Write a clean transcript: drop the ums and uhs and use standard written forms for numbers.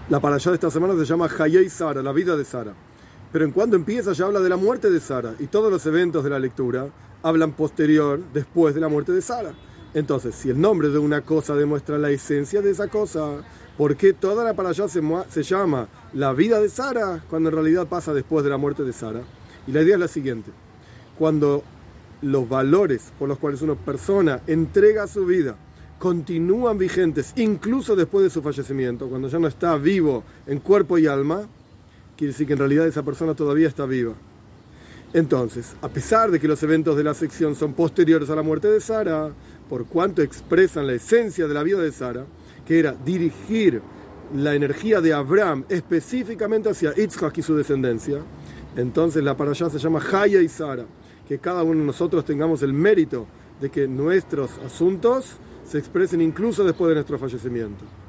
La parashá de esta semana se llama Hayei Sara, la vida de Sara. Pero en cuanto empieza ya habla de la muerte de Sara. Y todos los eventos de la lectura hablan posterior, después de la muerte de Sara. Entonces, si el nombre de una cosa demuestra la esencia de esa cosa, ¿por qué toda la parashá se llama la vida de Sara, cuando en realidad pasa después de la muerte de Sara? Y la idea es la siguiente. Cuando los valores por los cuales una persona entrega su vida continúan vigentes incluso después de su fallecimiento, cuando ya no está vivo en cuerpo y alma, quiere decir que en realidad esa persona todavía está viva. Entonces, a pesar de que los eventos de la sección son posteriores a la muerte de Sara, por cuanto expresan la esencia de la vida de Sara, que era dirigir la energía de Abraham específicamente hacia Yitzhak y su descendencia, entonces la parashá se llama Hayei Sara, que cada uno de nosotros tengamos el mérito de que nuestros asuntos se expresen incluso después de nuestro fallecimiento.